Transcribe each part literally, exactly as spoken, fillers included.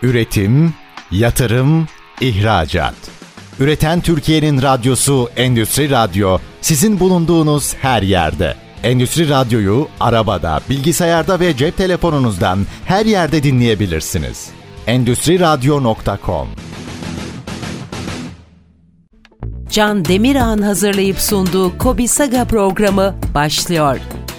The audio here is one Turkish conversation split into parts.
Üretim, yatırım, ihracat. Üreten Türkiye'nin radyosu Endüstri Radyo, sizin bulunduğunuz her yerde. Endüstri Radyo'yu arabada, bilgisayarda ve cep telefonunuzdan her yerde dinleyebilirsiniz. endüstri radyo nokta com. Can Demirağ'ın hazırlayıp sunduğu KOBİ Saga programı başlıyor.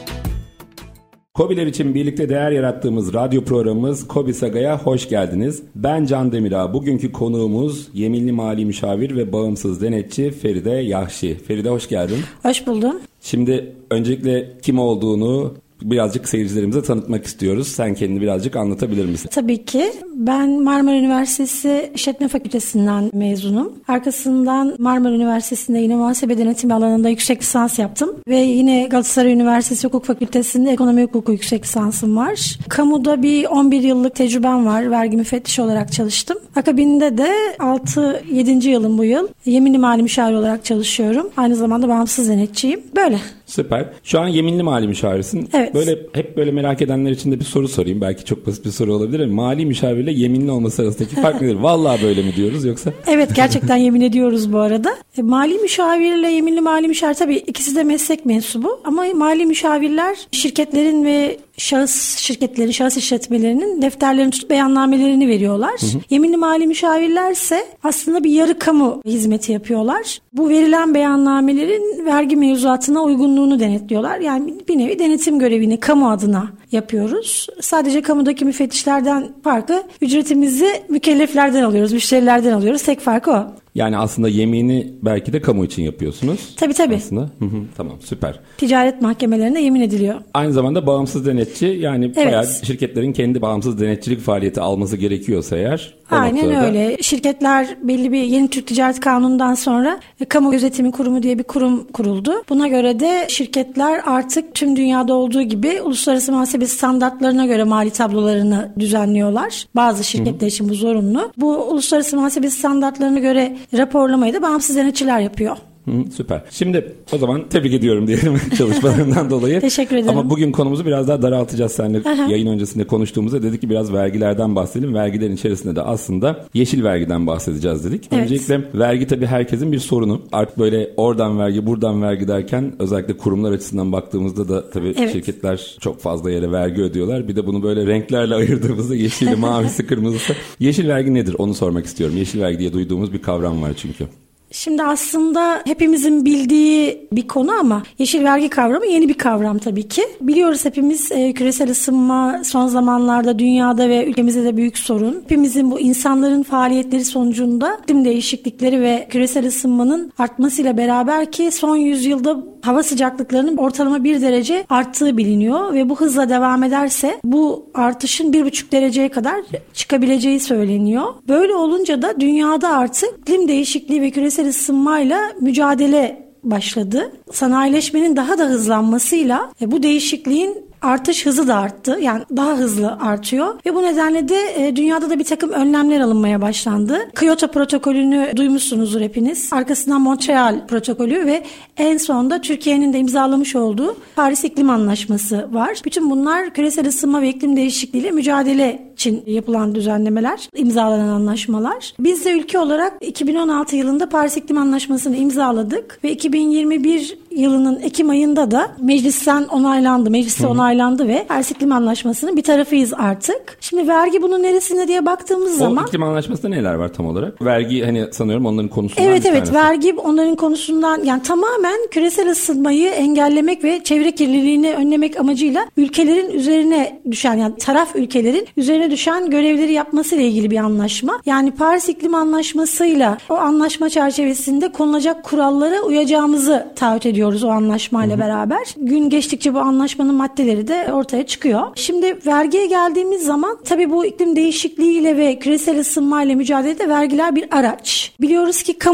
KOBİ'ler için birlikte değer yarattığımız radyo programımız KOBİ Saga'ya hoş geldiniz. Ben Can Demirağ. Bugünkü konuğumuz Yeminli Mali Müşavir ve Bağımsız Denetçi Feride Yahşi. Feride hoş geldin. Hoş buldum. Şimdi öncelikle kim olduğunu birazcık seyircilerimize tanıtmak istiyoruz. Sen kendini birazcık anlatabilir misin? Tabii ki. Ben Marmara Üniversitesi İşletme Fakültesinden mezunum. Arkasından Marmara Üniversitesi'nde yine muhasebe denetimi alanında yüksek lisans yaptım. Ve yine Galatasaray Üniversitesi Hukuk Fakültesi'nde ekonomi hukuku yüksek lisansım var. Kamuda bir on bir yıllık tecrübem var. Vergi müfettişi olarak çalıştım. Akabinde de altı yedinci yılım bu yıl. Yeminli Mali Müşavir olarak çalışıyorum. Aynı zamanda bağımsız denetçiyim. Böyle. Süper. Şu an yeminli mali müşavirsin. Evet. Böyle hep böyle merak edenler için de bir soru sorayım. Belki çok basit bir soru olabilir ama mali müşavirle yeminli olması arasındaki fark nedir? Vallahi böyle mi diyoruz yoksa? Evet, gerçekten yemin ediyoruz bu arada. E, mali müşavirle yeminli mali müşavir tabii ikisi de meslek mensubu ama mali müşavirler şirketlerin ve şahıs şirketlerin, şahıs işletmelerinin defterlerini tutup beyannamelerini veriyorlar. Hı hı. Yeminli mali müşavirlerse aslında bir yarı kamu hizmeti yapıyorlar. Bu verilen beyannamelerin vergi mevzuatına uygunluğunu denetliyorlar. Yani bir nevi denetim görevini kamu adına yapıyoruz. Sadece kamudaki müfettişlerden farkı ücretimizi mükelleflerden alıyoruz, müşterilerden alıyoruz. Tek farkı o. Yani aslında yemini belki de kamu için yapıyorsunuz. Tabii tabii. Aslında. Hı hı, tamam, süper. Ticaret mahkemelerinde yemin ediliyor. Aynı zamanda bağımsız denetçi, yani evet. bayağı şirketlerin kendi bağımsız denetçilik faaliyeti alması gerekiyorsa eğer. Aynen noktada... öyle. Şirketler belli bir yeni Türk Ticaret Kanunu'ndan sonra Kamu Gözetimi Kurumu diye bir kurum kuruldu. Buna göre de şirketler artık tüm dünyada olduğu gibi uluslararası muhasebe standartlarına göre mali tablolarını düzenliyorlar. Bazı şirketler hı hı. için bu zorunlu. Bu uluslararası muhasebe standartlarına göre raporlamayı da bağımsız denetçiler yapıyor. Hı, süper. Şimdi o zaman tebrik ediyorum diyelim çalışmalarından dolayı. Teşekkür ederim. Ama bugün konumuzu biraz daha daraltacağız seninle. Aha. Yayın öncesinde konuştuğumuzda dedik ki biraz vergilerden bahsedelim. Vergilerin içerisinde de aslında yeşil vergiden bahsedeceğiz dedik. Evet. Öncelikle vergi tabii herkesin bir sorunu. Artık böyle oradan vergi, buradan vergi derken özellikle kurumlar açısından baktığımızda da tabii evet. şirketler çok fazla yere vergi ödüyorlar. Bir de bunu böyle renklerle ayırdığımızda yeşili, mavisi, kırmızısı. Yeşil vergi nedir? Onu sormak istiyorum. Yeşil vergi diye duyduğumuz bir kavram var çünkü. Şimdi aslında hepimizin bildiği bir konu ama yeşil vergi kavramı yeni bir kavram tabii ki. Biliyoruz hepimiz e, küresel ısınma son zamanlarda dünyada ve ülkemizde de büyük sorun. Hepimizin bu insanların faaliyetleri sonucunda iklim değişiklikleri ve küresel ısınmanın artmasıyla beraber ki son yüzyılda hava sıcaklıklarının ortalama bir derece arttığı biliniyor ve bu hızla devam ederse bu artışın bir buçuk dereceye kadar çıkabileceği söyleniyor. Böyle olunca da dünyada artık iklim değişikliği ve küresel ısınmayla mücadele başladı. Sanayileşmenin daha da hızlanmasıyla bu değişikliğin artış hızı da arttı. Yani daha hızlı artıyor. Ve bu nedenle de e, dünyada da bir takım önlemler alınmaya başlandı. Kyoto protokolünü duymuşsunuzdur hepiniz. Arkasından Montreal protokolü ve en sonunda Türkiye'nin de imzalamış olduğu Paris İklim Anlaşması var. Bütün bunlar küresel ısınma ve iklim değişikliğiyle mücadele için yapılan düzenlemeler, imzalanan anlaşmalar. Biz de ülke olarak iki bin on altı yılında Paris İklim Anlaşması'nı imzaladık ve iki bin yirmi bir yılının Ekim ayında da meclisten onaylandı. Mecliste onaylandı ve Paris İklim Anlaşması'nın bir tarafıyız artık. Şimdi vergi bunun neresinde diye baktığımız o zaman... O iklim anlaşmasında neler var tam olarak? Vergi hani sanıyorum onların konusundan evet, bir evet, tanesi. vergi onların konusundan, yani tamamen küresel ısınmayı engellemek ve çevre kirliliğini önlemek amacıyla ülkelerin üzerine düşen, yani taraf ülkelerin üzerine düşen görevleri yapmasıyla ilgili bir anlaşma. Yani Paris İklim Anlaşması'yla o anlaşma çerçevesinde konulacak kurallara uyacağımızı taahhüt ediyoruz o anlaşmayla Hı-hı. beraber. Gün geçtikçe bu anlaşmanın maddeleri de ortaya çıkıyor. Şimdi vergiye geldiğimiz zaman tabii bu iklim değişikliğiyle ve küresel ısınmayla mücadelede vergiler bir araç. Biliyoruz ki kamu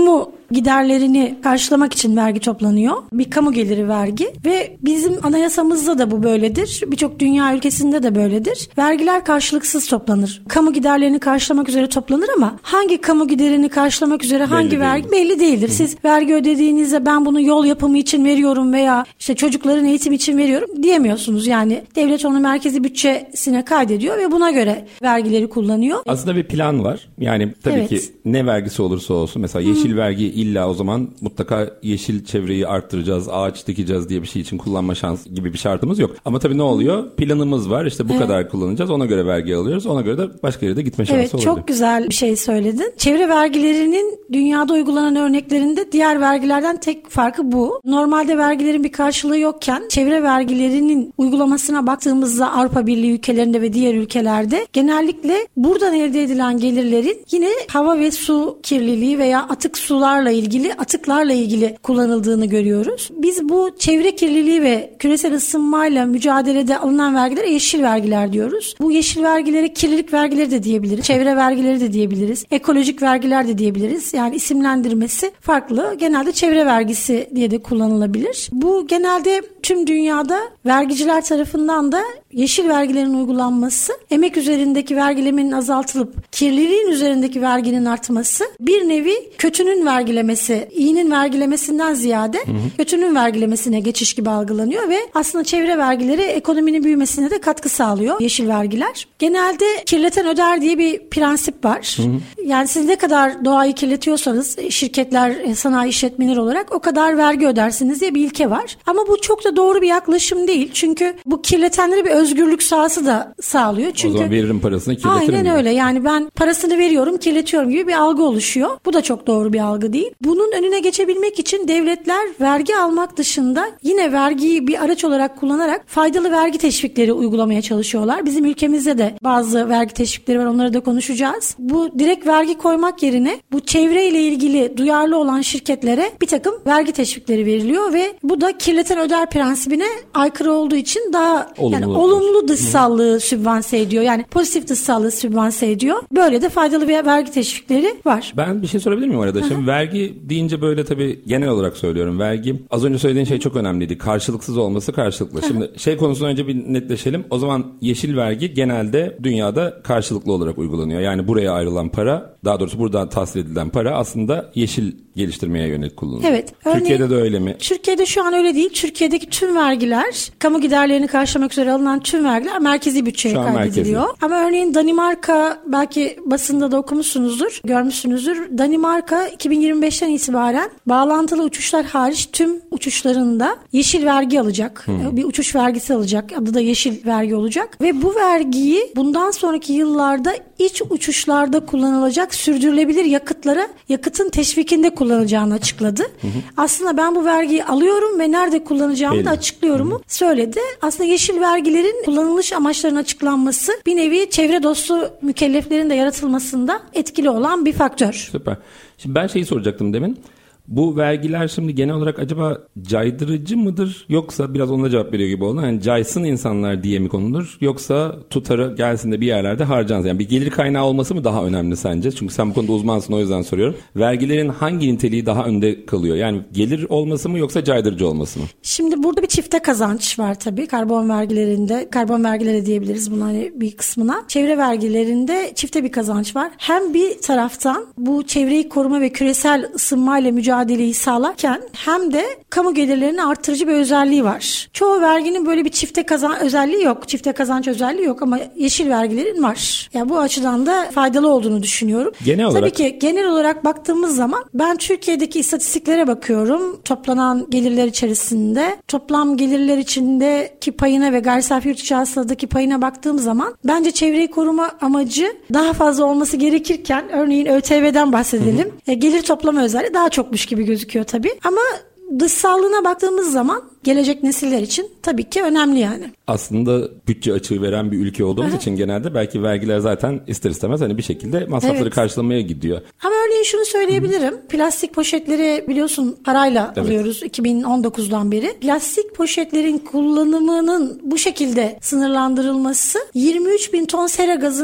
giderlerini karşılamak için vergi toplanıyor. Bir kamu geliri vergi ve bizim anayasamızda da bu böyledir. Birçok dünya ülkesinde de böyledir. Vergiler karşılıksız toplanır. Kamu giderlerini karşılamak üzere toplanır ama hangi kamu giderini karşılamak üzere hangi belli vergi değil. belli değildir. Hı. Siz vergi ödediğinizde ben bunu yol yapımı için veriyorum veya işte çocukların eğitim için veriyorum diyemiyorsunuz. Yani devlet onu merkezi bütçesine kaydediyor ve buna göre vergileri kullanıyor. Aslında bir plan var. Yani tabii evet. ki ne vergisi olursa olsun mesela yeşil Hı. vergi illa o zaman mutlaka yeşil çevreyi arttıracağız, ağaç dikeceğiz diye bir şey için kullanma şansı gibi bir şartımız yok. Ama tabii ne oluyor? Planımız var. İşte bu evet. kadar kullanacağız. Ona göre vergi alıyoruz. Ona göre de başka yere de gitme şansı evet, oluyor. Evet çok güzel bir şey söyledin. Çevre vergilerinin dünyada uygulanan örneklerinde diğer vergilerden tek farkı bu. Normalde vergilerin bir karşılığı yokken çevre vergilerinin uygulamasına baktığımızda Avrupa Birliği ülkelerinde ve diğer ülkelerde genellikle buradan elde edilen gelirlerin yine hava ve su kirliliği veya atık sularla ilgili, atıklarla ilgili kullanıldığını görüyoruz. Biz bu çevre kirliliği ve küresel ısınmayla mücadelede alınan vergilere yeşil vergiler diyoruz. Bu yeşil vergilere kirlilik vergileri de diyebiliriz, çevre vergileri de diyebiliriz, ekolojik vergiler de diyebiliriz. Yani isimlendirmesi farklı. Genelde çevre vergisi diye de kullanılabilir. Bu genelde tüm dünyada vergiciler tarafından da yeşil vergilerin uygulanması, emek üzerindeki vergilemenin azaltılıp kirliliğin üzerindeki verginin artması bir nevi kötünün vergilemesi, iyinin vergilemesinden ziyade hı hı. kötünün vergilemesine geçiş gibi algılanıyor ve aslında çevre vergileri ekonominin büyümesine de katkı sağlıyor yeşil vergiler. Genelde kirleten öder diye bir prensip var. Hı hı. Yani siz ne kadar doğayı kirletiyorsanız şirketler, sanayi işletmeleri olarak o kadar vergi ödersiniz diye bir ilke var. Ama bu çok da doğru bir yaklaşım değil. Çünkü bu kirletenlere bir özgürlük sahası da sağlıyor. Çünkü o zaman veririm parasını kirletirim. Aynen öyle. Yani ben parasını veriyorum, kirletiyorum gibi bir algı oluşuyor. Bu da çok doğru bir algı değil. Bunun önüne geçebilmek için devletler vergi almak dışında yine vergiyi bir araç olarak kullanarak faydalı vergi teşvikleri uygulamaya çalışıyorlar. Bizim ülkemizde de bazı vergi teşvikleri var. Onları da konuşacağız. Bu direkt vergi koymak yerine bu çevreyle ilgili duyarlı olan şirketlere bir takım vergi teşvikleri veriliyor ve bu da kirleten öder prensibine aykırı olduğu için daha olumlu, yani olumlu dışsallığı Hı. sübvanse ediyor. Yani pozitif dışsallığı sübvanse ediyor. Böyle de faydalı bir vergi teşvikleri var. Ben bir şey sorabilir miyim arada? Şimdi vergi deyince böyle tabii genel olarak söylüyorum. Vergi az önce söylediğin şey çok önemliydi. Karşılıksız olması karşılıklı. Şimdi şey konusunu önce bir netleşelim. O zaman yeşil vergi genelde dünyada karşılıklı olarak uygulanıyor. Yani buraya ayrılan para, daha doğrusu buradan tahsil edilen para aslında yeşil geliştirmeye yönelik kullanılıyor. Evet. Türkiye'de Örneğin, de öyle mi? Türkiye'de şu an öyle değil. Türkiye'deki tüm vergiler, kamu giderlerini karşılamak üzere alınan tüm vergiler merkezi bütçeye kaydediliyor. Merkezi. Ama örneğin Danimarka, belki basında da okumuşsunuzdur, görmüşsünüzdür. Danimarka iki bin yirmi beşten itibaren bağlantılı uçuşlar hariç tüm uçuşlarında yeşil vergi alacak. Hmm. Bir uçuş vergisi alacak. Adı da yeşil vergi olacak. Ve bu vergiyi bundan sonraki yıllarda iç uçuşlarda kullanılacak sürdürülebilir yakıtlara, yakıtın teşvikinde kullanılacağını açıkladı. Hı hı. Aslında ben bu vergiyi alıyorum ve nerede kullanacağımı Belli. da açıklıyorumu hı hı. söyledi. Aslında yeşil vergilerin kullanılış amaçlarının açıklanması bir nevi çevre dostu mükelleflerin de yaratılmasında etkili olan bir faktör. Süper. Şimdi ben şeyi soracaktım demin. Bu vergiler şimdi genel olarak acaba caydırıcı mıdır, yoksa biraz ona cevap veriyor gibi oldu. Yani caysın insanlar diye mi konulur, yoksa tutarı gelsin de bir yerlerde harcansın. Yani bir gelir kaynağı olması mı daha önemli sence? Çünkü sen bu konuda uzmansın, o yüzden soruyorum. Vergilerin hangi niteliği daha önde kalıyor? Yani gelir olması mı yoksa caydırıcı olması mı? Şimdi burada bir çifte kazanç var tabii. Karbon vergilerinde, karbon vergileri diyebiliriz buna hani bir kısmına. Çevre vergilerinde çifte bir kazanç var. Hem bir taraftan bu çevreyi koruma ve küresel ısınmayla mücadele mücadeleyi sağlarken hem de kamu gelirlerini artırıcı bir özelliği var. Çoğu verginin böyle bir çifte kazanç özelliği yok. Çifte kazanç özelliği yok ama yeşil vergilerin var. Yani bu açıdan da faydalı olduğunu düşünüyorum. Genel olarak... Tabii ki genel olarak baktığımız zaman ben Türkiye'deki istatistiklere bakıyorum. Toplanan gelirler içerisinde toplam gelirler içindeki payına ve gayri safi yurt içi hasıladaki payına baktığım zaman bence çevreyi koruma amacı daha fazla olması gerekirken, örneğin ÖTV'den bahsedelim. Hı hı. E, gelir toplama özelliği daha çokmuş gibi gözüküyor tabii. Ama dışsallığına baktığımız zaman gelecek nesiller için tabii ki önemli yani. Aslında bütçe açığı veren bir ülke olduğumuz Aha. için genelde belki vergiler zaten ister istemez hani bir şekilde masrafları evet. karşılamaya gidiyor. Ama örneğin şunu söyleyebilirim. Hı. Plastik poşetleri biliyorsun parayla evet. alıyoruz iki bin on dokuzdan beri. Plastik poşetlerin kullanımının bu şekilde sınırlandırılması yirmi üç bin ton sera gazının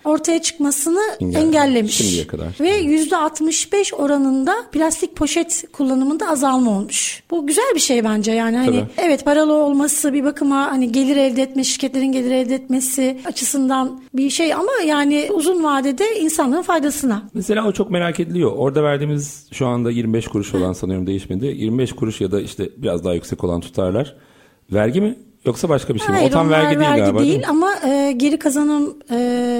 ortaya çıkmasını Engel, engellemiş. Şimdiye kadar. Ve yüzde altmış beş oranında plastik poşet kullanımında azalma olmuş. Bu güzel bir şey bence yani hani Tabii. evet paralı olması bir bakıma hani gelir elde etme, şirketlerin gelir elde etmesi açısından bir şey ama yani uzun vadede insanlığın faydasına. Mesela o çok merak ediliyor. Orada verdiğimiz şu anda yirmi beş kuruş olan sanıyorum değişmedi. yirmi beş kuruş ya da işte biraz daha yüksek olan tutarlar. Vergi mi? Yoksa başka bir şey mi? Hayır, o tam onlar vergi değil vergi galiba. değil, Değil ama e, geri kazanım e,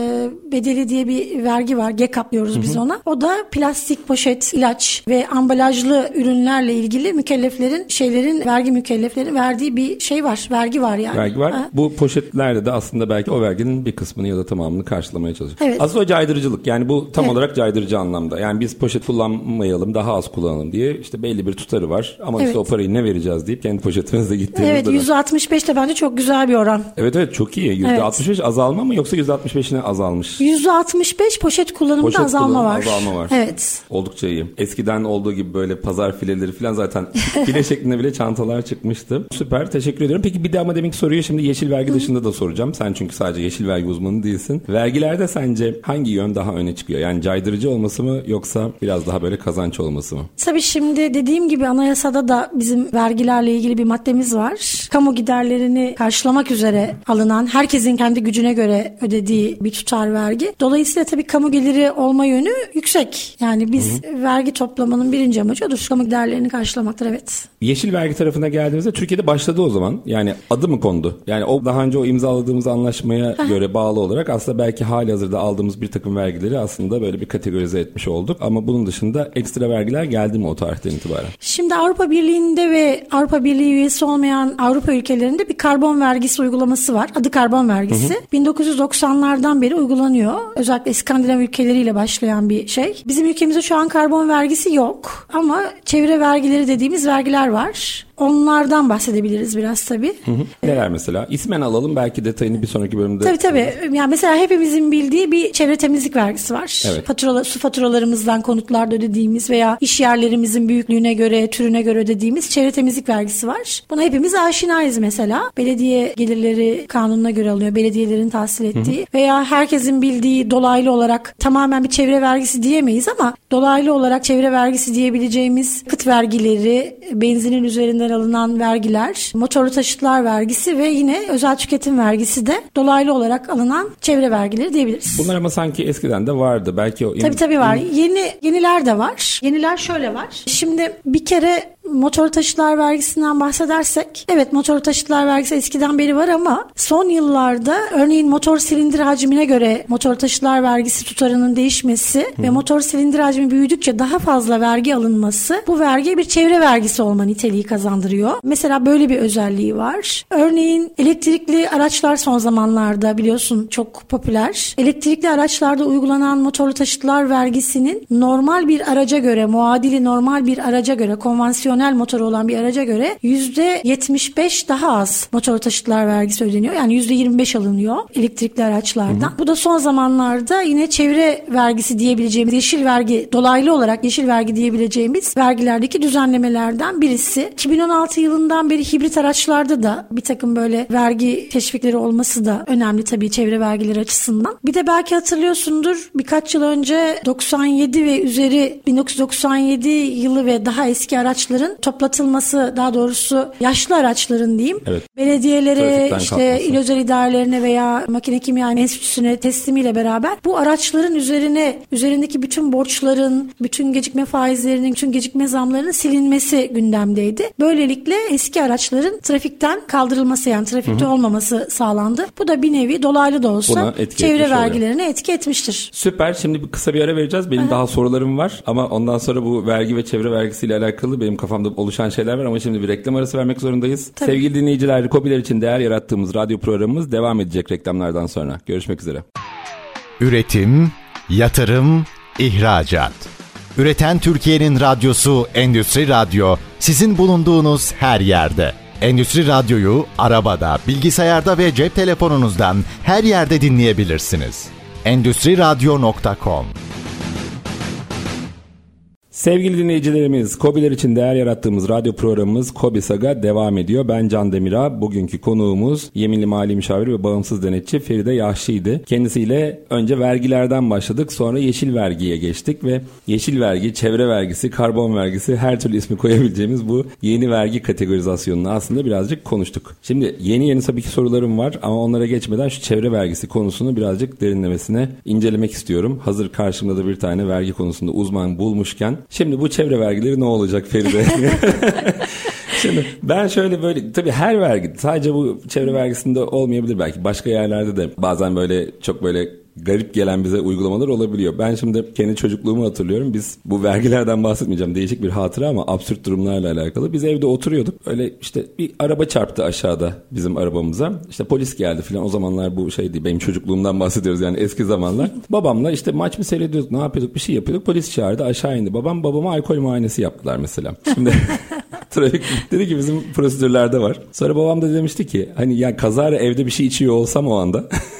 bedeli diye bir vergi var. G E K A P diyoruz biz ona. O da plastik poşet, ilaç ve ambalajlı ürünlerle ilgili mükelleflerin, şeylerin, vergi mükelleflerin verdiği bir şey var. Vergi var yani. Vergi var. Ha. Bu poşetlerde de aslında belki o verginin bir kısmını ya da tamamını karşılamaya çalışıyor. Evet. Aslında o caydırıcılık. Yani bu tam Evet. olarak caydırıcı anlamda. Yani biz poşet kullanmayalım, daha az kullanalım diye işte belli bir tutarı var. Ama Evet. işte o parayı ne vereceğiz deyip kendi poşetimizle gittiğimizde Evet, de- yüzde altmış beş de bence çok güzel bir oran. Evet evet çok iyi. yüzde altmış beş Evet. azalma mı yoksa yüzde altmış beşine azalmış? yüzde altmış beş poşet kullanımında Poşet azalma kullanımı, var. azalma var. Evet. Oldukça iyi. Eskiden olduğu gibi böyle pazar fileleri falan zaten file şeklinde bile çantalar çıkmıştı. Süper, teşekkür ediyorum. Peki bir de ama deminki soruyu şimdi yeşil vergi dışında da soracağım. Sen çünkü sadece yeşil vergi uzmanı değilsin. Vergilerde sence hangi yön daha öne çıkıyor? Yani caydırıcı olması mı yoksa biraz daha böyle kazanç olması mı? Tabii şimdi dediğim gibi anayasada da bizim vergilerle ilgili bir maddemiz var. Kamu giderlerini karşılamak üzere alınan, herkesin kendi gücüne göre ödediği bir tutar vergi. Dolayısıyla tabii kamu geliri olma yönü yüksek. Yani biz Hı-hı. vergi toplamanın birinci amacı odur. Kamu giderlerini karşılamaktır, evet. Yeşil vergi tarafına geldiğimizde Türkiye'de başladı o zaman. Yani adı mı kondu? Yani o daha önce o imzaladığımız anlaşmaya Aha. göre bağlı olarak aslında belki halihazırda aldığımız bir takım vergileri aslında böyle bir kategorize etmiş olduk. Ama bunun dışında ekstra vergiler geldi mi o tarihten itibaren? Şimdi Avrupa Birliği'nde ve Avrupa Birliği üyesi olmayan Avrupa ülkelerinde bir karbon vergisi uygulaması var. Adı karbon vergisi. Hı hı. bin dokuz yüz doksanlardan beri uygulanıyor. Özellikle İskandinav ülkeleriyle başlayan bir şey. Bizim ülkemizde şu an karbon vergisi yok. Ama çevre vergileri dediğimiz vergiler var. Onlardan bahsedebiliriz biraz tabii. Hı hı. Neler mesela? İsmen alalım, belki detayını bir sonraki bölümde. Tabii tabii. Yani mesela hepimizin bildiği bir çevre temizlik vergisi var. Evet. Faturalar, su faturalarımızdan konutlarda ödediğimiz veya iş yerlerimizin büyüklüğüne göre, türüne göre ödediğimiz çevre temizlik vergisi var. Buna hepimiz aşinayız mesela. Belediye gelirleri kanununa göre alınıyor. Belediyelerin tahsil ettiği. Hı hı. Veya herkesin bildiği dolaylı olarak tamamen bir çevre vergisi diyemeyiz ama dolaylı olarak çevre vergisi diyebileceğimiz yakıt vergileri, benzinin üzerinden alınan vergiler, motorlu taşıtlar vergisi ve yine özel tüketim vergisi de dolaylı olarak alınan çevre vergileri diyebiliriz. Bunlar ama sanki eskiden de vardı. Belki o Tabii tabii var. Yeni yeniler de var. Yeniler şöyle var. Şimdi bir kere motor taşıtlar vergisinden bahsedersek, evet motor taşıtlar vergisi eskiden beri var ama son yıllarda örneğin motor silindir hacmine göre motor taşıtlar vergisi tutarının değişmesi Hı. ve motor silindir hacmi büyüdükçe daha fazla vergi alınması bu vergiye bir çevre vergisi olma niteliği kazandırıyor. Mesela böyle bir özelliği var. Örneğin elektrikli araçlar son zamanlarda biliyorsun çok popüler. Elektrikli araçlarda uygulanan motorlu taşıtlar vergisinin normal bir araca göre, muadili normal bir araca göre, konvansiyonel motoru olan bir araca göre yüzde yetmiş beş daha az motor taşıtlar vergisi ödeniyor. Yani yüzde yirmi beş alınıyor elektrikli araçlardan. Hı hı. Bu da son zamanlarda yine çevre vergisi diyebileceğimiz, yeşil vergi, dolaylı olarak yeşil vergi diyebileceğimiz vergilerdeki düzenlemelerden birisi. iki bin on altı yılından beri hibrit araçlarda da bir takım böyle vergi teşvikleri olması da önemli tabii çevre vergileri açısından. Bir de belki hatırlıyorsundur, birkaç yıl önce doksan yedi ve üzeri bin dokuz yüz doksan yedi yılı ve daha eski araçların toplatılması, daha doğrusu yaşlı araçların diyeyim. Evet. Belediyelere, işte il özel idarelerine veya makine kimya enstitüsüne teslimiyle beraber bu araçların üzerine üzerindeki bütün borçların, bütün gecikme faizlerinin, bütün gecikme zamlarının silinmesi gündemdeydi. Böylelikle eski araçların trafikten kaldırılması, yani trafikte Hı-hı. olmaması sağlandı. Bu da bir nevi dolaylı da olsa çevre vergilerine oluyor. etki etmiştir. Süper. Şimdi bir kısa bir ara vereceğiz. Benim Aha. daha sorularım var ama ondan sonra bu vergi ve çevre vergisiyle alakalı benim kafamda oluşan şeyler var ama şimdi bir reklam arası vermek zorundayız. Tabii. Sevgili dinleyiciler, KOBİ'ler için değer yarattığımız radyo programımız devam edecek reklamlardan sonra. Görüşmek üzere. Üretim, yatırım, ihracat. Üreten Türkiye'nin radyosu Endüstri Radyo, sizin bulunduğunuz her yerde. Endüstri Radyo'yu arabada, bilgisayarda ve cep telefonunuzdan her yerde dinleyebilirsiniz. endüstri radyo nokta com. Sevgili dinleyicilerimiz, KOBİ'ler için değer yarattığımız radyo programımız KOBİ Saga devam ediyor. Ben Can Demirağ. Bugünkü konuğumuz Yeminli Mali Müşaviri ve Bağımsız Denetçi Feride Yahşi'ydi. Kendisiyle önce vergilerden başladık. Sonra yeşil vergiye geçtik ve yeşil vergi, çevre vergisi, karbon vergisi, her türlü ismi koyabileceğimiz bu yeni vergi kategorizasyonunu aslında birazcık konuştuk. Şimdi yeni yeni tabii ki sorularım var ama onlara geçmeden şu çevre vergisi konusunu birazcık derinlemesine incelemek istiyorum. Hazır karşımda da bir tane vergi konusunda uzman bulmuşken. Şimdi bu çevre vergileri ne olacak Feride? Şimdi ben şöyle böyle tabii her vergi sadece bu çevre vergisinde olmayabilir belki. Başka yerlerde de bazen böyle çok böyle garip gelen bize uygulamalar olabiliyor. Ben şimdi kendi çocukluğumu hatırlıyorum. Biz bu vergilerden bahsetmeyeceğim. Değişik bir hatıra ama absürt durumlarla alakalı. Biz evde oturuyorduk. Öyle işte bir araba çarptı aşağıda bizim arabamıza. İşte polis geldi falan. O zamanlar bu şeydi. Benim çocukluğumdan bahsediyoruz yani eski zamanlar. Babamla işte maç mı seyrediyorduk, ne yapıyorduk, bir şey yapıyorduk. Polis çağırdı, aşağı indi. Babam babama alkol muayenesi yaptılar mesela. Şimdi trafik dedi ki bizim prosedürlerde var. Sonra babam da demişti ki hani ya kazara evde bir şey içiyor olsam o anda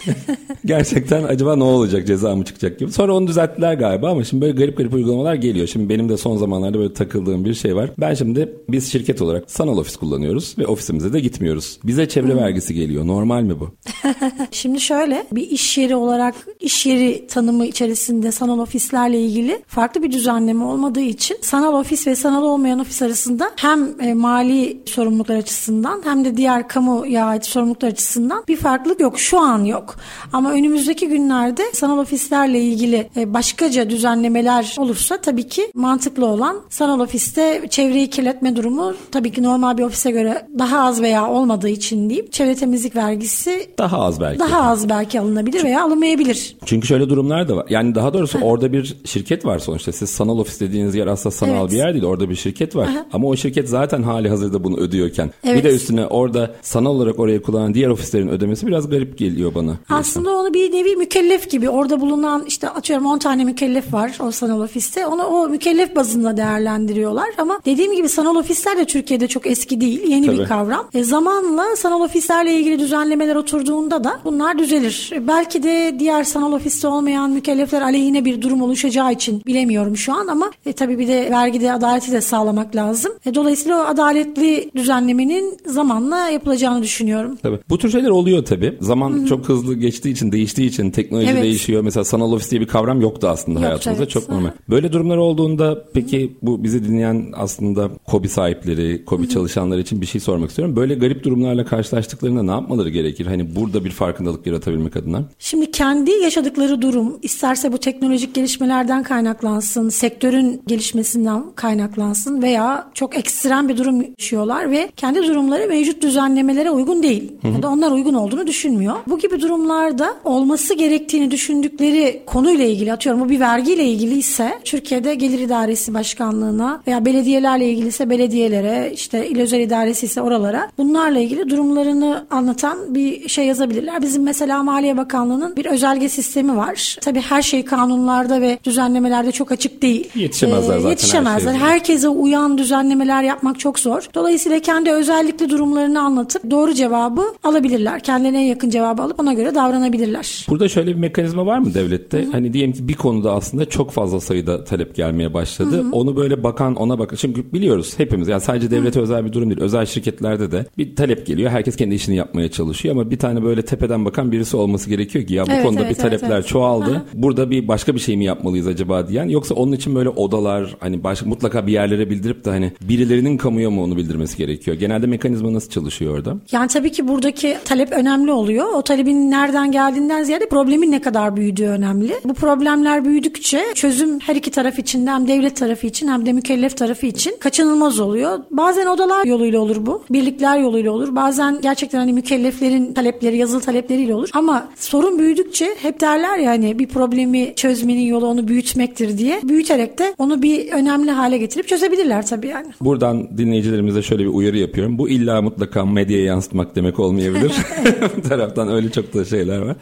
gerçekten acaba ne olacak, ceza mı çıkacak gibi. Sonra onu düzelttiler galiba ama şimdi böyle garip garip uygulamalar geliyor. Şimdi benim de son zamanlarda böyle takıldığım bir şey var. Ben şimdi biz şirket olarak sanal ofis kullanıyoruz ve ofisimize de gitmiyoruz. Bize çevre hmm. vergisi geliyor. Normal mi bu? Şimdi şöyle bir iş yeri olarak iş yeri tanımı içerisinde sanal ofislerle ilgili farklı bir düzenleme olmadığı için sanal ofis ve sanal olmayan ofis arasında hem e, mali sorumluluklar açısından hem de diğer kamuya ait sorumluluklar açısından bir farklılık yok. Şu an yok. Ama önümüzdeki günlerde sanal ofislerle ilgili e, başkaca düzenlemeler olursa tabii ki mantıklı olan sanal ofiste çevreyi kirletme durumu tabii ki normal bir ofise göre daha az veya olmadığı için diyeyim. Çevre temizlik vergisi daha az belki. Daha az belki alınabilir veya alınmayabilir. Çünkü şöyle durumlar da var. Yani daha doğrusu orada bir şirket var sonuçta. Siz sanal ofis dediğiniz yer aslında sanal evet. bir yer değil. Orada bir şirket var. Aha. Ama o şirket zaten hali hazırda bunu ödüyorken. Evet. Bir de üstüne orada sanal olarak orayı kullanan diğer ofislerin ödemesi biraz garip geliyor bana. Aslında onu bir nevi mükellef gibi orada bulunan işte atıyorum on tane mükellef var o sanal ofiste. Onu o mükellef bazında değerlendiriyorlar. Ama dediğim gibi sanal ofisler de Türkiye'de çok eski değil. Yeni Tabii. bir kavram. E, zamanla sanal ofislerle ilgili düzenlemeler oturduğunda da bunlar düzelir. E, belki de diğer sanal ofiste olmayan mükellefler aleyhine bir durum oluşacağı için bilemiyorum şu an ama e, tabii bir de vergide adaleti de sağlamak lazım. E, dolayısıyla o adaletli düzenlemenin zamanla yapılacağını düşünüyorum. Tabii. Bu tür şeyler oluyor tabii. Zaman Hı-hı. çok hızlı geçtiği için, değiştiği için teknoloji evet. değişiyor. Mesela sanal ofis diye bir kavram yoktu aslında Yok, hayatımızda. Evet. Çok normal. Böyle durumlar olduğunda peki bu bizi dinleyen aslında KOBİ sahipleri, KOBİ Hı-hı. çalışanları için bir şey sormak istiyorum. Böyle garip durumlarla karşılaştıklarında ne yapmaları gerekir? Hani burada bir farkındalık yaratabilmek adına. Şimdi kendi yaşadıkları durum isterse bu teknolojik gelişmelerden kaynaklansın, sektörün gelişmesinden kaynaklansın veya çok ekstrem bir durum yaşıyorlar ve kendi durumları mevcut düzenlemelere uygun değil. Hı hı. Ya da onlar uygun olduğunu düşünmüyor. Bu gibi durumlarda olması gerektiğini düşündükleri konuyla ilgili atıyorum bu bir vergiyle ilgili ise Türkiye'de Gelir İdaresi Başkanlığı'na veya belediyelerle ilgili ise belediyelere işte İl Özel İdaresi ise oralara bunlarla ilgili durumlarını anlatan bir şey yazabilirler. Bizim mesela Maliye Bakanlığı'nın bir özelge sistemi var. Tabii her şey kanunlarda ve düzenlemelerde çok açık değil. Yetişemezler zaten. Ee, yetişemezler. Her Herkese uyan düzenlemeler yapmak çok zor. Dolayısıyla kendi özellikli durumlarını anlatıp doğru cevabı alabilirler. Kendilerine en yakın cevabı alıp ona göre davranabilirler. Burada şöyle bir mekanizma var mı devlette? Hı-hı. Hani diyelim ki bir konuda aslında çok fazla sayıda talep gelmeye başladı. Hı-hı. Onu böyle bakan ona bakın. Çünkü biliyoruz hepimiz yani sadece devlete Hı-hı. özel bir durum değil. Özel şirketlerde de bir talep geliyor. Herkes kendi işini yapmaya çalışıyor ama bir tane böyle tepeden bakan birisi olması gerekiyor ki ya bu evet, konuda evet, bir talepler evet, evet. çoğaldı. Hı-hı. Burada bir başka bir şey mi yapmalıyız acaba diyen yoksa onun için böyle odalar hani baş, mutlaka bir yerlere bildirip de hani birilerinin kamuya mı onu bildirmesi gerekiyor? Genelde mekanizma nasıl çalışıyor orada? Yani tabii ki buradaki talep önemli oluyor. O talebin nereden geldiğinden ziyade problemin ne kadar büyüdüğü önemli. Bu problemler büyüdükçe çözüm her iki taraf için hem devlet tarafı için hem de mükellef tarafı için kaçınılmaz oluyor. Bazen odalar yoluyla olur bu. Birlikler yoluyla olur. Bazen gerçekten hani mükelleflerin talepleri, yazılı talepleriyle olur. Ama sorun büyüdükçe hep derler ya hani bir problemi çözmenin yolu onu büyütmektir diye. Büyüterek de onu bir önemli hale getirip çözebilirler tabii yani. Buradan dinleyicilerimize şöyle bir uyarı yapıyorum. Bu illa mutlaka medyaya yansıtmak demek olmayabilir. Bu taraftan öyle çok da şeyler var.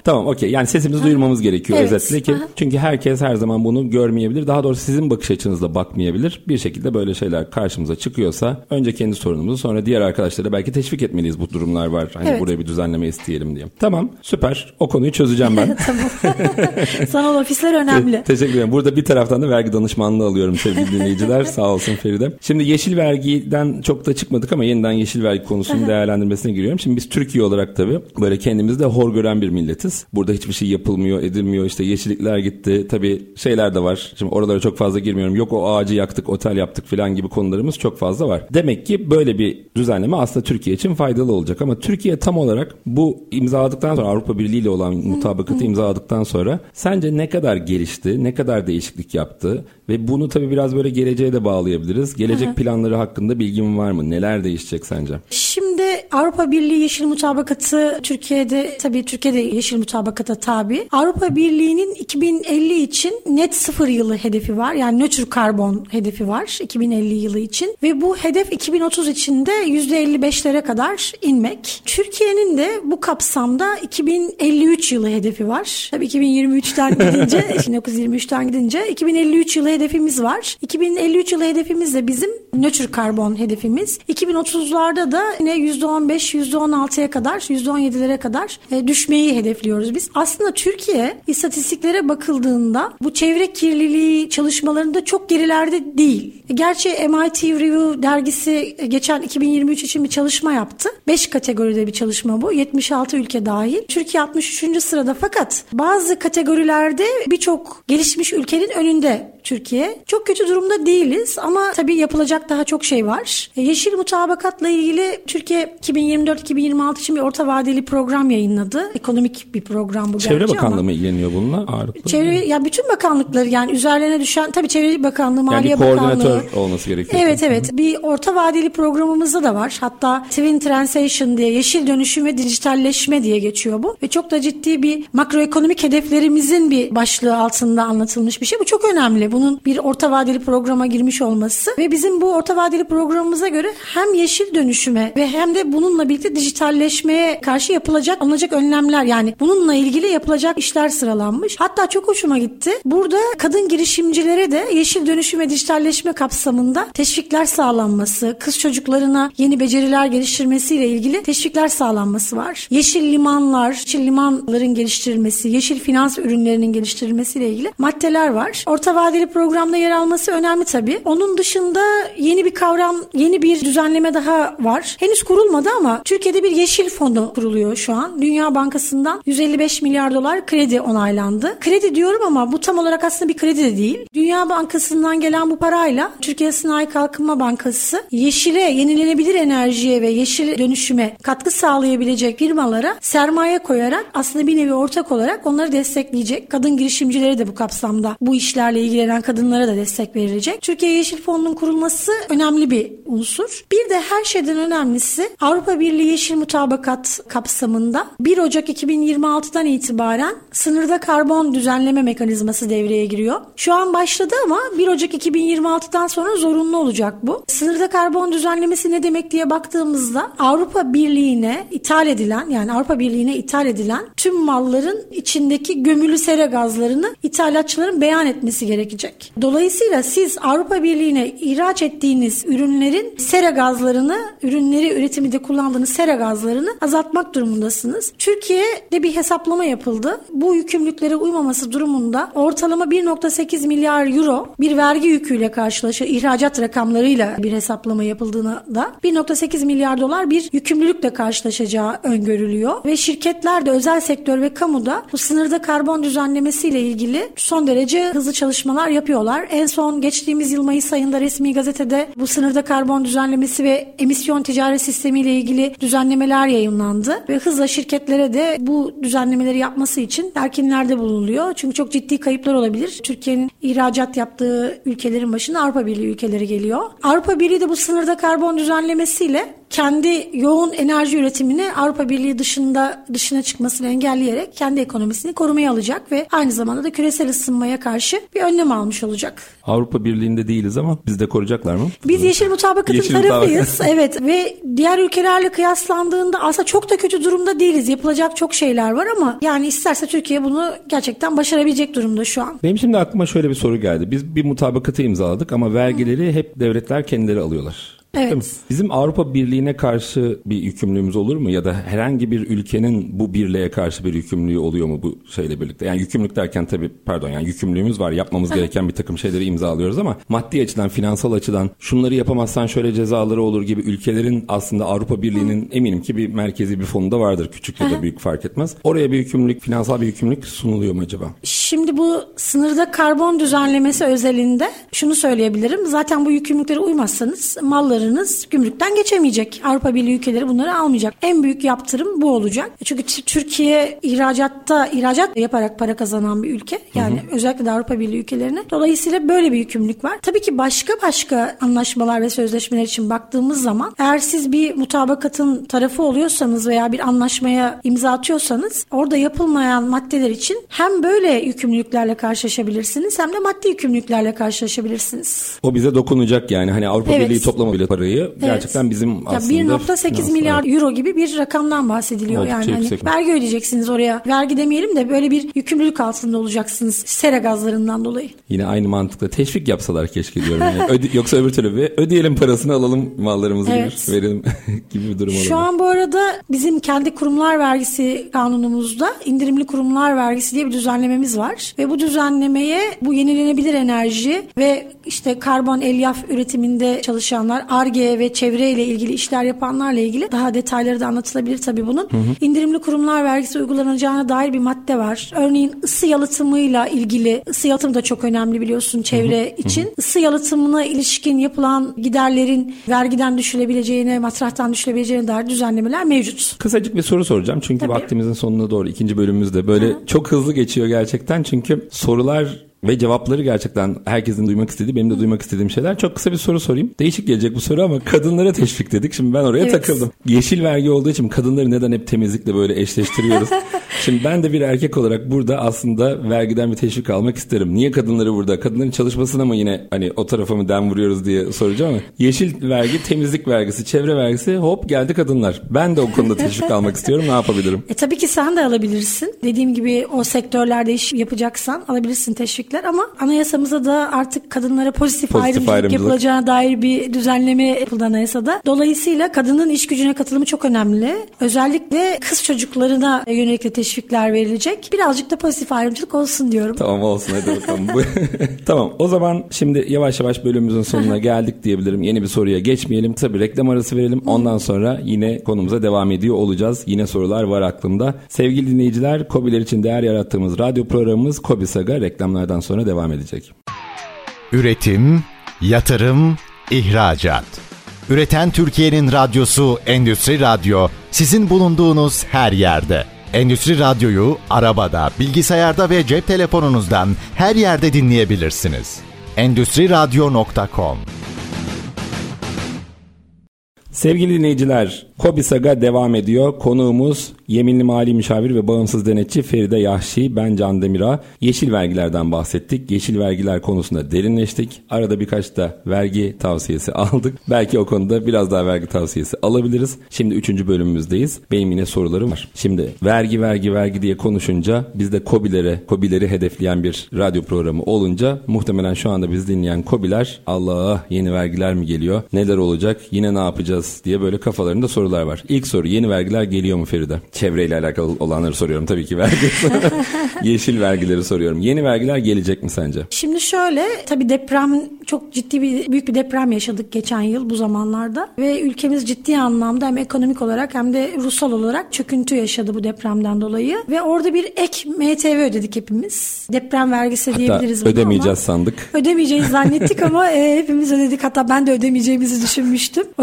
Tamam, okey. Yani sesimizi ha. duyurmamız gerekiyor evet. özetle ki. Aha. Çünkü herkes her zaman bunu görmeyebilir. Daha doğrusu sizin bakış açınızla bakmayabilir. Bir şekilde böyle şeyler karşımıza çıkıyorsa önce kendi sorunumuzu, sonra diğer arkadaşlara belki teşvik etmeliyiz, bu durumlar var. Hani evet. buraya bir düzenleme isteyelim diye. Tamam, süper. O konuyu çözeceğim ben. Tamam. Sanal ofisler önemli. Te- teşekkür ederim. Burada bir taraftan da vergi danışmanlığı alıyorum sevgili dinleyiciler. Sağ olsun Feride. Şimdi yeşil vergiden çok da çıkmadık ama yeniden yeşil vergi konusunun değerlendirmesine giriyorum. Şimdi biz Türkiye olarak tabii böyle kendimizi de hor gören bir milletiz. Burada hiçbir şey yapılmıyor, edilmiyor. İşte yeşillikler gitti. Tabii şeyler de var. Şimdi oralara çok fazla girmiyorum. Yok o ağacı yaktık, otel yaptık falan gibi konularımız çok fazla var. Demek ki böyle bir düzenleme aslında Türkiye için faydalı olacak. Ama Türkiye tam olarak bu imzaladıktan sonra, Avrupa Birliği ile olan mutabakatı imzaladıktan sonra sence ne kadar gelişti, ne kadar değişiklik yaptı? Ve bunu tabii biraz böyle geleceğe de bağlayabiliriz. Gelecek Aha. planları hakkında bilgin var mı? Neler değişecek sence? Şimdi Avrupa Birliği Yeşil Mutabakatı Türkiye'de, tabii Türkiye'de Yeşil Mutabakat'a tabi. Avrupa Birliği'nin iki bin elli için net sıfır yılı hedefi var. Yani nötr karbon hedefi var iki bin elli yılı için. Ve bu hedef iki bin otuz için de yüzde elli beşlere kadar inmek. Türkiye'nin de bu kapsamda iki bin elli üç yılı hedefi var. Tabii iki bin yirmi üçten gidince, bin dokuz yüz yirmi üçten gidince iki bin elli üç yılı hedefimiz var. iki bin elli üç yılı hedefimiz de bizim nötr karbon hedefimiz. iki bin otuzlarda da yine yüzde on beş, yüzde on altıya kadar, yüzde on yedilere kadar e, düşmeyi hedefliyoruz biz. Aslında Türkiye istatistiklere bakıldığında bu çevre kirliliği çalışmalarında çok gerilerde değil. Gerçi M I T Review dergisi geçen iki bin yirmi üç için bir çalışma yaptı. beş kategoride bir çalışma bu. yetmiş altı ülke dahil. Türkiye altmış üçüncü sırada, fakat bazı kategorilerde birçok gelişmiş ülkenin önünde Türkiye. Çok kötü durumda değiliz ama tabii yapılacak daha çok şey var. Yeşil mutabakatla ilgili Türkiye iki bin yirmi dört iki bin yirmi altı için bir orta vadeli program yayınladı. Ekonomik bir program bu. Çevre Bakanlığı mı ilgileniyor bununla ağırlıklı? Çevre, ya bütün bakanlıkları, yani üzerlerine düşen, tabii Çevre Bakanlığı, Maliye yani Bakanlığı. Yani koordinatör olması gerekiyor. Evet evet. Bir orta vadeli programımızda da var. Hatta Twin Transition diye, yeşil dönüşüm ve dijitalleşme diye geçiyor bu. Ve çok da ciddi bir makroekonomik hedeflerimizin bir başlığı altında anlatılmış bir şey. Bu çok önemli. Bunun bir orta vadeli programa girmiş olması ve bizim bu orta vadeli programımıza göre hem yeşil dönüşüme ve hem de bununla birlikte dijitalleşmeye karşı yapılacak, alınacak önlemler, yani bununla ilgili yapılacak işler sıralanmış. Hatta çok hoşuma gitti. Burada kadın girişimcilere de yeşil dönüşüm ve dijitalleşme kapsamında teşvikler sağlanması, kız çocuklarına yeni beceriler geliştirmesiyle ilgili teşvikler sağlanması var. Yeşil limanlar, yeşil limanların geliştirilmesi, yeşil finans ürünlerinin geliştirilmesiyle ilgili maddeler var. Orta vadeli programda yer alması önemli tabii. Onun dışında yeni bir kavram, yeni bir düzenleme daha var. Henüz kurulmadı ama Türkiye'de bir yeşil fonu kuruluyor şu an. Dünya Bankası'ndan yüz elli beş milyar dolar kredi onaylandı. Kredi diyorum ama bu tam olarak aslında bir kredi de değil. Dünya Bankası'ndan gelen bu parayla Türkiye Sanayi Kalkınma Bankası yeşile, yenilenebilir enerjiye ve yeşil dönüşüme katkı sağlayabilecek firmalara sermaye koyarak aslında bir nevi ortak olarak onları destekleyecek. Kadın girişimcileri de bu kapsamda, bu işlerle ilgilenen kadınlara da destek verilecek. Türkiye Yeşil Fonu'nun kurulması önemli bir unsur. Bir de her şeyden önemlisi Avrupa Birliği Yeşil Mutabakat kapsamında bir Ocak iki bin yirmi altıdan itibaren sınırda karbon düzenleme mekanizması devreye giriyor. Şu an başladı ama bir Ocak iki bin yirmi altıdan sonra zorunlu olacak bu. Sınırda karbon düzenlemesi ne demek diye baktığımızda Avrupa Birliği'ne ithal edilen, yani Avrupa Birliği'ne ithal edilen tüm malların içindeki gömülü sera gazlarını ithalatçıların beyan etmesi gerekecek. Dolayısıyla siz Avrupa Birliği'ne ihraç ettiğiniz ürünlerin sera gazlarını, ürünleri üretiminde kullandığınız sera gazlarını azaltmak durumundasınız. Türkiye'de bir hesaplama yapıldı. Bu yükümlülüklere uymaması durumunda ortalama bir virgül sekiz milyar euro bir vergi yüküyle karşılaşıyor. İhracat rakamlarıyla bir hesaplama yapıldığında da bir virgül sekiz milyar dolar bir yükümlülükle karşılaşacağı öngörülüyor. Ve şirketler de, özel sektör ve kamuda bu sınırda karbon düzenlemesiyle ilgili son derece hızlı çalışmalar yapıyorlar. En son geçtiğimiz yıl Mayıs ayında resmi gazetede bu sınırda karbon düzenlemesi ve emisyon ticaret sistemi ile ilgili düzenlemeler yayınlandı ve hızla şirketlere de bu düzenlemeleri yapması için telkinlerde bulunuluyor. Çünkü çok ciddi kayıplar olabilir. Türkiye'nin ihracat yaptığı ülkelerin başına Avrupa Birliği ülkeleri geliyor. Avrupa Birliği de bu sınırda karbon düzenlemesiyle kendi yoğun enerji üretimini Avrupa Birliği dışında dışına çıkmasını engelleyerek kendi ekonomisini korumaya alacak ve aynı zamanda da küresel ısınmaya karşı bir önlem almış olacak. Avrupa Birliği'nde değiliz ama biz de koruyacaklar mı? Biz yeşil mutabakatın yeşil tarafıyız. Mutabakat. Evet ve diğer ülkelerle kıyaslandığında aslında çok da kötü durumda değiliz. Yapılacak çok şeyler var ama yani isterse Türkiye bunu gerçekten başarabilecek durumda şu an. Benim şimdi aklıma şöyle bir soru geldi. Biz bir mutabakatı imzaladık ama vergileri hep devletler kendileri alıyorlar. Evet. Bizim Avrupa Birliği'ne karşı bir yükümlülüğümüz olur mu? Ya da herhangi bir ülkenin bu birliğe karşı bir yükümlülüğü oluyor mu bu şeyle birlikte? Yani yükümlülük derken tabii pardon yani yükümlülüğümüz var. Yapmamız gereken bir takım şeyleri imzalıyoruz ama maddi açıdan, finansal açıdan şunları yapamazsan şöyle cezaları olur gibi ülkelerin aslında Avrupa Birliği'nin eminim ki bir merkezi bir fonunda vardır. Küçük ya da büyük fark etmez. Oraya bir yükümlülük, finansal bir yükümlülük sunuluyor mu acaba? Şimdi bu sınırda karbon düzenlemesi özelinde şunu söyleyebilirim. Zaten bu yükümlülüklere uymazsanız malları gümrükten geçemeyecek. Avrupa Birliği ülkeleri bunları almayacak. En büyük yaptırım bu olacak. Çünkü Türkiye ihracatta ihracat yaparak para kazanan bir ülke. Yani hı hı. özellikle de Avrupa Birliği ülkelerine. Dolayısıyla böyle bir yükümlülük var. Tabii ki başka başka anlaşmalar ve sözleşmeler için baktığımız zaman eğer siz bir mutabakatın tarafı oluyorsanız veya bir anlaşmaya imza atıyorsanız orada yapılmayan maddeler için hem böyle yükümlülüklerle karşılaşabilirsiniz hem de maddi yükümlülüklerle karşılaşabilirsiniz. O bize dokunacak yani. Hani Avrupa evet. Birliği toplama bile parayı evet. gerçekten bizim aslında bir nokta sekiz milyar euro gibi bir rakamdan bahsediliyor. Oldukça yani hani vergi ödeyeceksiniz oraya. Vergi demeyelim de böyle bir yükümlülük altında olacaksınız sera gazlarından dolayı. Yine aynı mantıkla teşvik yapsalar keşke diyorum. Yani öde, yoksa öbür türlü bir ödeyelim parasını alalım mallarımızı evet. verelim gibi bir durum olabilir. Şu an bu arada bizim kendi kurumlar vergisi kanunumuzda indirimli kurumlar vergisi diye bir düzenlememiz var. Ve bu düzenlemeye bu yenilenebilir enerji ve işte karbon elyaf üretiminde çalışanlar, Ar-Ge ve çevreyle ilgili işler yapanlarla ilgili daha detayları da anlatılabilir tabii bunun. Hı hı. İndirimli kurumlar vergisi uygulanacağına dair bir madde var. Örneğin ısı yalıtımıyla ilgili, ısı yalıtımı da çok önemli biliyorsun çevre hı hı. için. Hı hı. Isı yalıtımına ilişkin yapılan giderlerin vergiden düşülebileceğine, matrahtan düşülebileceğine dair düzenlemeler mevcut. Kısacık bir soru soracağım çünkü tabii. vaktimizin sonuna doğru ikinci bölümümüzde böyle hı. çok hızlı geçiyor gerçekten çünkü sorular ve cevapları gerçekten herkesin duymak istediği, benim de duymak istediğim şeyler. Çok kısa bir soru sorayım. Değişik gelecek bu soru ama kadınlara teşvik dedik. Şimdi ben oraya evet. takıldım. Yeşil vergi olduğu için kadınları neden hep temizlikle böyle eşleştiriyoruz? Şimdi ben de bir erkek olarak burada aslında vergiden bir teşvik almak isterim. Niye kadınları burada? Kadınların çalışmasına mı yine hani o tarafa mı dem vuruyoruz diye soracağım ama yeşil vergi, temizlik vergisi, çevre vergisi hop geldi kadınlar. Ben de o konuda teşvik almak istiyorum. Ne yapabilirim? E tabii ki sen de alabilirsin. Dediğim gibi o sektörlerde iş yapacaksan alabilirsin teşvik. Ama anayasamıza da artık kadınlara pozitif, pozitif ayrımcılık, ayrımcılık yapılacağına dair bir düzenleme yapıldı anayasada. Dolayısıyla kadının iş gücüne katılımı çok önemli. Özellikle kız çocuklarına yönelik de teşvikler verilecek. Birazcık da pozitif ayrımcılık olsun diyorum. Tamam olsun hadi bakalım. Tamam o zaman şimdi yavaş yavaş bölümümüzün sonuna geldik diyebilirim. Yeni bir soruya geçmeyelim. Kısa bir reklam arası verelim. Ondan sonra yine konumuza devam ediyor olacağız. Yine sorular var aklımda. Sevgili dinleyiciler, KOBİ'ler için değer yarattığımız radyo programımız KOBİ Saga reklamlardan sonra devam edecek. Üretim, yatırım, ihracat. Üreten Türkiye'nin radyosu Endüstri Radyo sizin bulunduğunuz her yerde. Endüstri Radyo'yu arabada, bilgisayarda ve cep telefonunuzdan her yerde dinleyebilirsiniz. endüstri radyo nokta com. Sevgili dinleyiciler, KOBİ Saga devam ediyor. Konuğumuz Yeminli Mali Müşavir ve Bağımsız Denetçi Feride Yahşi, ben Can Demirağ. Yeşil vergilerden bahsettik. Yeşil vergiler konusunda derinleştik. Arada birkaç da vergi tavsiyesi aldık. Belki o konuda biraz daha vergi tavsiyesi alabiliriz. Şimdi üçüncü bölümümüzdeyiz. Benim yine sorularım var. Şimdi vergi vergi vergi diye konuşunca bizde KOBİ'lere, KOBİ'leri hedefleyen bir radyo programı olunca muhtemelen şu anda bizi dinleyen KOBİ'ler Allah yeni vergiler mi geliyor? Neler olacak? Yine ne yapacağız? Diye böyle kafalarında sorular var. İlk soru, yeni vergiler geliyor mu Feride? Çevreyle alakalı olanları soruyorum tabii ki vergi. Yeşil vergileri soruyorum. Yeni vergiler gelecek mi sence? Şimdi şöyle, tabii deprem çok ciddi bir büyük bir deprem yaşadık geçen yıl bu zamanlarda ve ülkemiz ciddi anlamda hem ekonomik olarak hem de ruhsal olarak çöküntü yaşadı bu depremden dolayı ve orada bir ek M T V ödedik hepimiz. Deprem vergisi hatta diyebiliriz buna ödemeyeceğiz sandık. Ödemeyeceğiz zannettik ama e, hepimiz ödedik. Hatta ben de ödemeyeceğimizi düşünmüştüm. O yüzden öngörü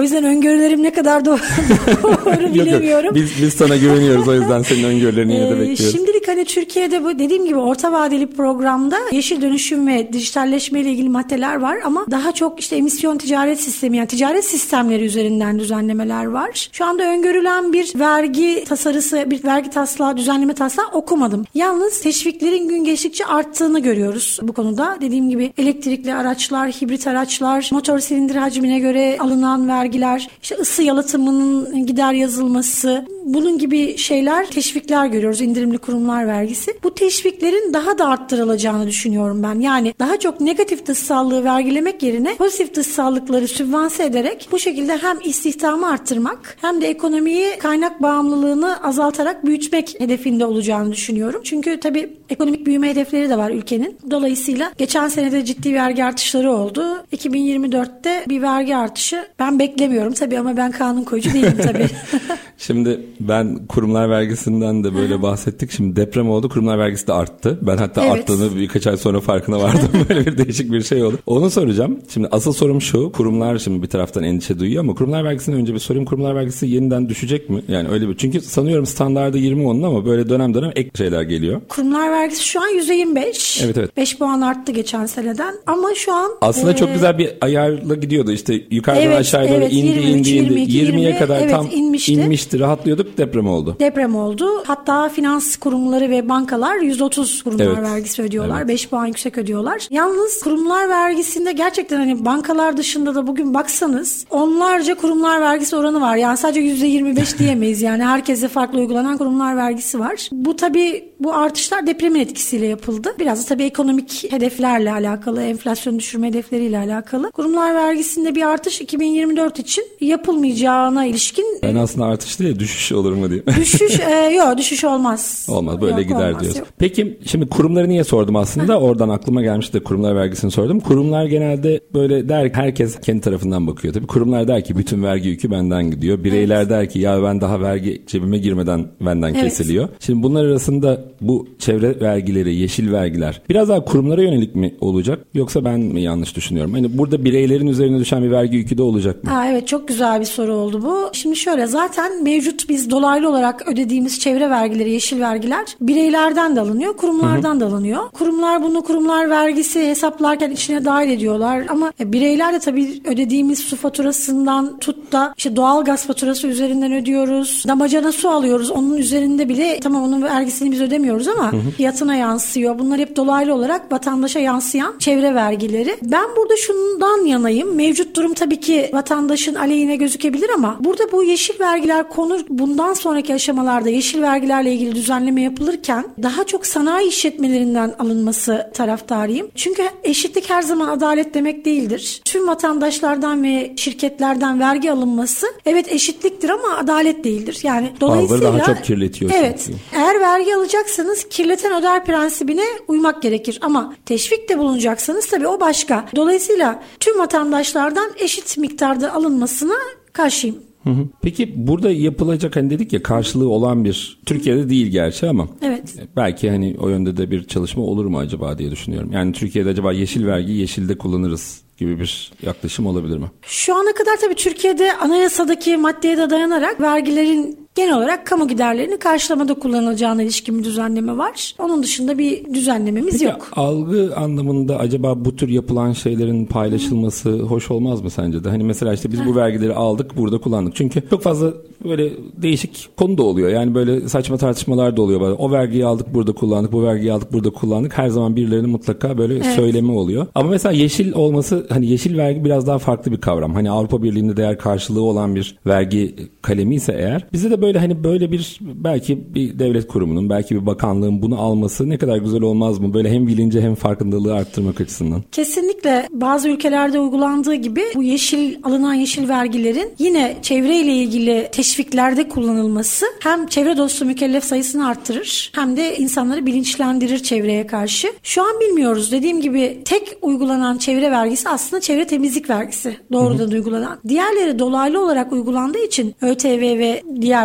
öngörülerim ne kadar doğru, doğru bilemiyorum. Yok, yok. Biz, biz sana güveniyoruz, o yüzden senin öngörülerini yine de bekliyoruz. Şimdilik hani Türkiye'de bu dediğim gibi orta vadeli programda yeşil dönüşüm ve dijitalleşme ile ilgili maddeler var ama daha çok işte emisyon ticaret sistemi, yani ticaret sistemleri üzerinden düzenlemeler var. Şu anda öngörülen bir vergi tasarısı, bir vergi taslağı, düzenleme taslağı okumadım. Yalnız teşviklerin gün geçtikçe arttığını görüyoruz bu konuda. Dediğim gibi elektrikli araçlar, hibrit araçlar, motor silindir hacmine göre alınan vergiler, işte ısı yalıtımının gider yazılması, bunun gibi şeyler, teşvikler görüyoruz. İndirimli kurumlar vergisi. Bu teşviklerin daha da arttırılacağını düşünüyorum ben. Yani daha çok negatif dışsallığı vergilemek yerine pozitif dışsallıkları sübvanse ederek bu şekilde hem istihdamı arttırmak hem de ekonomiyi kaynak bağımlılığını azaltarak büyütmek hedefinde olacağını düşünüyorum. Çünkü tabii ekonomik büyüme hedefleri de var ülkenin. Dolayısıyla geçen senede ciddi vergi artışları oldu. iki bin yirmi dörtte bir vergi artışı ben beklemiyorum tabii ama ben kanun koyucu değilim tabii. Şimdi ben kurumlar vergisinden de böyle bahsettik. Şimdi deprem oldu. Kurumlar vergisi de arttı. Ben hatta evet. arttığını birkaç ay sonra farkına vardım. Böyle bir değişik bir şey oldu. Onu soracağım. Şimdi asıl sorum şu. Kurumlar şimdi bir taraftan endişe duyuyor ama kurumlar vergisini önce bir sorayım. Kurumlar vergisi yeniden düşecek mi? Yani öyle bir. Çünkü sanıyorum standardı yirmi onun ama böyle dönem dönem ek şeyler geliyor. Kurumlar vergisi şu an yüzde yirmi beş. Evet evet. beş puan arttı geçen seneden. Ama şu an aslında ee... çok güzel bir ayarla gidiyordu. İşte yukarıdan evet, aşağıya doğru evet, indi yirmi üç, indi yirmi iki, indi. yirmiye yirmi, kadar evet, tam inmişti. inmişti. Rahatlıyorduk. Deprem oldu. Deprem oldu. Hatta finans kurumları ve bankalar yüzde otuz kurumlar evet. vergisi ödüyorlar. Evet. beş puan yüksek ödüyorlar. Yalnız kurumlar vergisinde gerçekten hani bankalar dışında da bugün baksanız onlarca kurumlar vergisi oranı var. Yani sadece yüzde yirmi beş diyemeyiz. Yani herkese farklı uygulanan kurumlar vergisi var. Bu tabii bu artışlar depremin etkisiyle yapıldı. Biraz da tabii ekonomik hedeflerle alakalı, enflasyon düşürme hedefleriyle alakalı. Kurumlar vergisinde bir artış iki bin yirmi dört için yapılmayacağına ilişkin. Ben aslında artış değil, düşüş olur mu diye. Düşüş, e, yok düşüş olmaz. Olmaz, böyle yok, gider olmaz, diyoruz. Yok. Peki şimdi kurumları niye sordum aslında? Oradan aklıma gelmişti de kurumlar vergisini sordum. Kurumlar genelde böyle der, herkes kendi tarafından bakıyor. Tabii kurumlar der ki bütün vergi yükü benden gidiyor. Bireyler evet. der ki ya ben daha vergi cebime girmeden benden evet. kesiliyor. Şimdi bunlar arasında bu çevre vergileri, yeşil vergiler biraz daha kurumlara yönelik mi olacak? Yoksa ben mi yanlış düşünüyorum? Hani burada bireylerin üzerine düşen bir vergi yükü de olacak mı? Aa, evet, çok güzel bir soru oldu bu. Şimdi şöyle, zaten mevcut biz dolaylı olarak ödediğimiz çevre vergileri, yeşil vergiler bireylerden de alınıyor, kurumlardan hı hı. da alınıyor. Kurumlar bunu kurumlar vergisi hesaplarken içine dahil ediyorlar ama bireyler de tabii ödediğimiz su faturasından tut da işte doğal gaz faturası üzerinden ödüyoruz. Damacana su alıyoruz. Onun üzerinde bile tamam onun vergisini biz ödemiyoruz ama hı hı. fiyatına yansıyor. Bunlar hep dolaylı olarak vatandaşa yansıyan çevre vergileri. Ben burada şundan yanayım. Mevcut durum tabii ki vatandaşın aleyhine gözükebilir ama burada bu yeşil vergiler konur. Bundan sonraki aşamalarda yeşil vergilerle ilgili düzenleme yapılırken daha çok sanayi işletmelerinden alınması taraftarıyım. Çünkü eşitlik her zaman adalet demek değildir. Tüm vatandaşlardan ve şirketlerden vergi alınması evet eşitliktir ama adalet değildir. Yani dolayısıyla daha çok kirletiyor. Evet. Çünkü. Eğer vergi alacaksanız kirleten öder prensibine uymak gerekir ama teşvik de bulunacaksanız tabii o başka. Dolayısıyla tüm vatandaşlardan eşit miktarda alınmasına karşıyım. Hı hı. Peki burada yapılacak, hani dedik ya, karşılığı olan bir, Türkiye'de değil gerçi ama evet. belki hani o yönde de bir çalışma olur mu acaba diye düşünüyorum. Yani Türkiye'de acaba yeşil vergi yeşilde kullanırız gibi bir yaklaşım olabilir mi? Şu ana kadar tabii Türkiye'de anayasadaki maddeye de dayanarak vergilerin genel olarak kamu giderlerini karşılamada kullanılacağına ilişkin bir düzenleme var. Onun dışında bir düzenlememiz Peki, yok. Algı anlamında acaba bu tür yapılan şeylerin paylaşılması hmm. hoş olmaz mı sence de? Hani mesela işte biz ha. bu vergileri aldık, burada kullandık. Çünkü çok fazla böyle değişik konu da oluyor. Yani böyle saçma tartışmalar da oluyor. O vergiyi aldık, burada kullandık, bu vergiyi aldık, burada kullandık. Her zaman birilerinin mutlaka böyle evet. söylemi oluyor. Ama mesela yeşil olması, hani yeşil vergi biraz daha farklı bir kavram. Hani Avrupa Birliği'nde değer karşılığı olan bir vergi kalemi ise eğer, bize de böyle hani böyle bir, belki bir devlet kurumunun, belki bir bakanlığın bunu alması ne kadar güzel olmaz mı? Böyle hem bilinci hem farkındalığı arttırmak açısından. Kesinlikle bazı ülkelerde uygulandığı gibi bu yeşil alınan yeşil vergilerin yine çevreyle ilgili teşviklerde kullanılması hem çevre dostu mükellef sayısını arttırır hem de insanları bilinçlendirir çevreye karşı. Şu an bilmiyoruz. Dediğim gibi tek uygulanan çevre vergisi aslında çevre temizlik vergisi. Doğrudan hı hı. uygulanan. Diğerleri dolaylı olarak uygulandığı için ÖTV ve diğer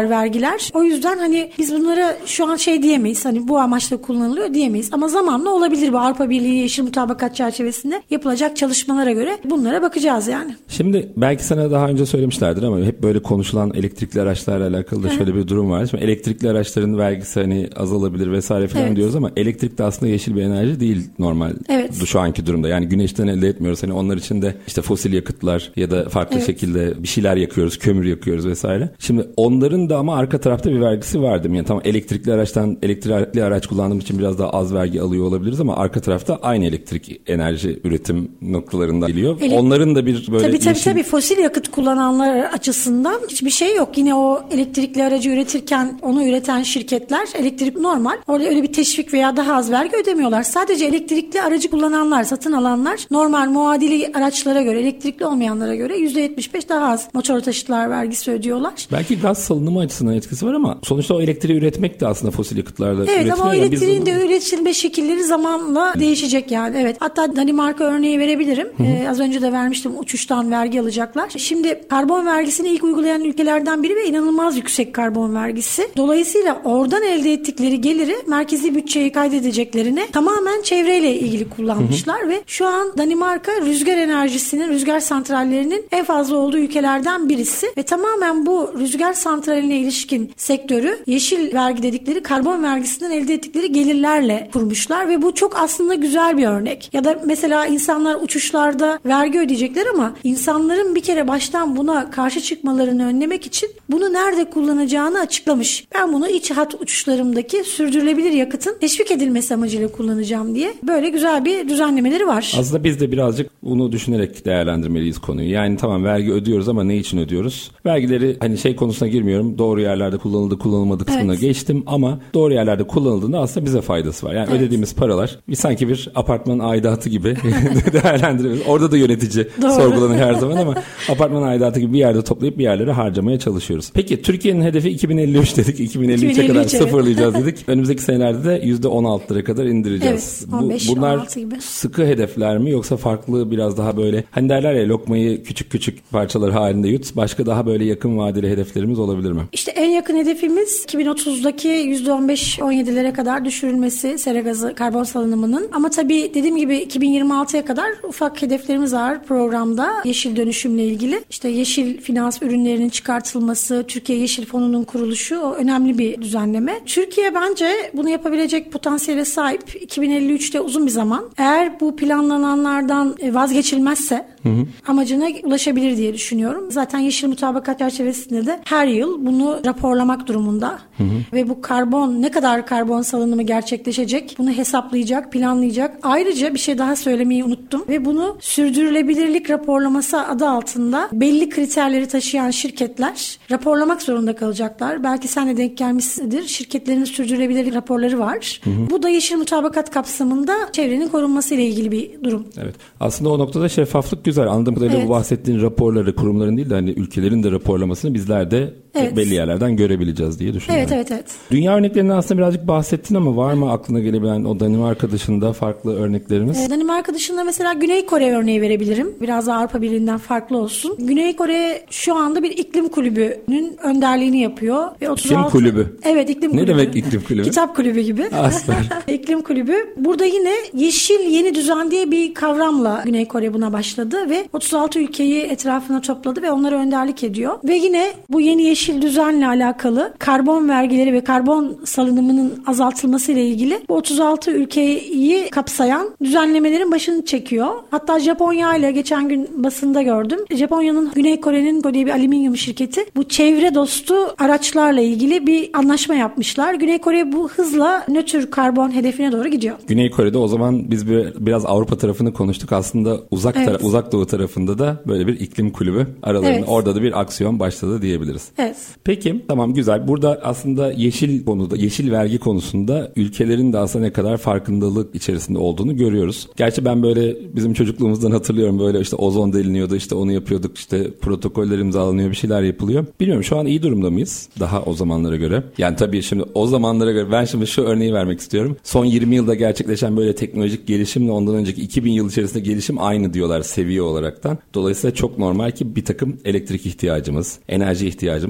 şeyler vergiler. O yüzden hani biz bunlara şu an şey diyemeyiz. Hani bu amaçla kullanılıyor diyemeyiz. Ama zamanla olabilir bu Avrupa Birliği Yeşil Mutabakat çerçevesinde yapılacak çalışmalara göre bunlara bakacağız yani. Şimdi belki sana daha önce söylemişlerdir ama hep böyle konuşulan elektrikli araçlarla alakalı da şöyle bir durum var. Şimdi elektrikli araçların vergisi hani azalabilir vesaire falan evet. diyoruz ama elektrik de aslında yeşil bir enerji değil normal evet. şu anki durumda. Yani güneşten elde etmiyoruz. Hani onlar için de işte fosil yakıtlar ya da farklı evet. şekilde bir şeyler yakıyoruz, kömür yakıyoruz vesaire. Şimdi onların da ama arka tarafta bir vergisi var değil mi? Yani tamam elektrikli araçtan elektrikli araç kullandığım için biraz daha az vergi alıyor olabiliriz ama arka tarafta aynı elektrik enerji üretim noktalarında geliyor. Ele- Onların da bir böyle tabii, tabii, yeşil... tabii fosil yakıt kullananlar açısından hiçbir şey yok. Yine o elektrikli aracı üretirken onu üreten şirketler elektrik normal. Orada öyle bir teşvik veya daha az vergi ödemiyorlar. Sadece elektrikli aracı kullananlar, satın alanlar normal muadili araçlara göre, elektrikli olmayanlara göre yüzde yetmiş beş daha az motor taşıtlar vergisi ödüyorlar. Belki gaz salınımı açısından etkisi var ama sonuçta o elektriği üretmek de aslında fosil yakıtlarla evet, üretiliyor. Evet ama o elektriğin bunu... de üretilme şekilleri zamanla Hı. değişecek yani. Evet. Hatta Danimarka örneği verebilirim. Ee, az önce de vermiştim, uçuştan vergi alacaklar. Şimdi karbon vergisini ilk uygulayan ülkelerden biri ve inanılmaz yüksek karbon vergisi. Dolayısıyla oradan elde ettikleri geliri merkezi bütçeye kaydedeceklerini tamamen çevreyle ilgili kullanmışlar Hı. ve şu an Danimarka rüzgar enerjisinin, rüzgar santrallerinin en fazla olduğu ülkelerden birisi ve tamamen bu rüzgar santraline ilişkin sektörü yeşil vergi dedikleri karbon vergisinden elde ettikleri gelirlerle kurmuşlar ve bu çok aslında güzel bir örnek. Ya da mesela insanlar uçuşlarda vergi ödeyecekler ama insanların bir kere baştan buna karşı çıkmalarını önlemek için bunu nerede kullanacağını açıklamış. Ben bunu iç hat uçuşlarımdaki sürdürülebilir yakıtın teşvik edilmesi amacıyla kullanacağım diye böyle güzel bir düzenlemeleri var. Aslında biz de birazcık bunu düşünerek değerlendirmeliyiz konuyu. Yani tamam vergi ödüyoruz ama ne için ödüyoruz? Vergileri hani şey konusuna girmiyorum. Doğru yerlerde kullanıldı, kullanılmadı kısmına evet. geçtim ama doğru yerlerde kullanıldığında aslında bize faydası var. Yani evet. ödediğimiz paralar bir sanki bir apartman aidatı gibi değerlendirebiliriz. Orada da yönetici doğru. sorgulanıyor her zaman ama apartman aidatı gibi bir yerde toplayıp bir yerlere harcamaya çalışıyoruz. Peki Türkiye'nin hedefi iki bin elli üç dedik. iki bin elli üçe kadar evet. sıfırlayacağız dedik. Önümüzdeki senelerde de yüzde on altılara kadar indireceğiz. Evet, on beş, Bu, bunlar on altı gibi. Sıkı hedefler mi yoksa farklı biraz daha böyle hani derler ya lokmayı küçük küçük parçalar halinde yut. Başka daha böyle yakın vadeli hedeflerimiz olabilir mi? İşte en yakın hedefimiz iki bin otuzdaki yüzde on beş on yedilere kadar düşürülmesi sera gazı karbon salınımının. Ama tabii dediğim gibi iki bin yirmi altıya kadar ufak hedeflerimiz var programda yeşil dönüşümle ilgili. İşte yeşil finans ürünlerinin çıkartılması, Türkiye Yeşil Fonu'nun kuruluşu o önemli bir düzenleme. Türkiye bence bunu yapabilecek potansiyele sahip. iki bin elli üçte uzun bir zaman. Eğer bu planlananlardan vazgeçilmezse hı hı. amacına ulaşabilir diye düşünüyorum. Zaten yeşil mutabakat çerçevesinde de her yıl bunu raporlamak durumunda. Hı hı. Ve bu karbon ne kadar karbon salınımı gerçekleşecek bunu hesaplayacak, planlayacak. Ayrıca bir şey daha söylemeyi unuttum ve bunu sürdürülebilirlik raporlaması adı altında belli kriterleri taşıyan şirketler raporlamak zorunda kalacaklar. Belki sen de denk gelmişsindir. Şirketlerin sürdürülebilirlik raporları var. Hı hı. Bu da yeşil mutabakat kapsamında çevrenin korunması ile ilgili bir durum. Evet. Aslında o noktada şeffaflık güzel. Anladığım kadarıyla evet. bu bahsettiğin raporları kurumların değil de hani ülkelerin de raporlamasını bizler de evet. belli yerlerden görebileceğiz diye düşünüyorum. Evet, evet, evet. Dünya örneklerinden aslında birazcık bahsettin ama var mı aklına gelebilen o Danimarka dışında farklı örneklerimiz? Ee, Danimarka dışında mesela Güney Kore örneği verebilirim. Biraz da Avrupa Birliği'nden farklı olsun. Güney Kore şu anda bir iklim kulübünün önderliğini yapıyor. Ve otuz altı İklim kulübü? Evet, iklim kulübü. Ne demek iklim kulübü? Kitap kulübü gibi. Asper. İklim kulübü. Burada yine yeşil yeni düzen diye bir kavramla Güney Kore buna başladı ve otuz altı ülkeyi etrafına topladı ve onlara önderlik ediyor. Ve yine bu yeni yeşil düzenle alakalı karbon vergileri ve karbon salınımının azaltılması ile ilgili bu otuz altı ülkeyi kapsayan düzenlemelerin başını çekiyor. Hatta Japonya ile geçen gün basında gördüm. Japonya'nın Güney Kore'nin diye bir alüminyum şirketi bu çevre dostu araçlarla ilgili bir anlaşma yapmışlar. Güney Kore bu hızla nötr karbon hedefine doğru gidiyor. Güney Kore'de o zaman biz bir, biraz Avrupa tarafını konuştuk. Aslında uzak evet. tara- uzak doğu tarafında da böyle bir iklim kulübü aralarında evet. orada da bir aksiyon başladı diyebiliriz. Evet. Peki tamam güzel. Burada aslında yeşil konuda, yeşil vergi konusunda ülkelerin de aslında ne kadar farkındalık içerisinde olduğunu görüyoruz. Gerçi ben böyle bizim çocukluğumuzdan hatırlıyorum böyle işte ozon deliniyordu işte onu yapıyorduk işte protokoller imzalanıyor bir şeyler yapılıyor. Bilmiyorum şu an iyi durumda mıyız daha o zamanlara göre? Yani tabii şimdi o zamanlara göre ben şimdi şu örneği vermek istiyorum. Son yirmi yılda gerçekleşen böyle teknolojik gelişimle ondan önceki iki bin yıl içerisinde gelişim aynı diyorlar seviye olaraktan. Dolayısıyla çok normal ki bir takım elektrik ihtiyacımız, enerji ihtiyacımız çok fazla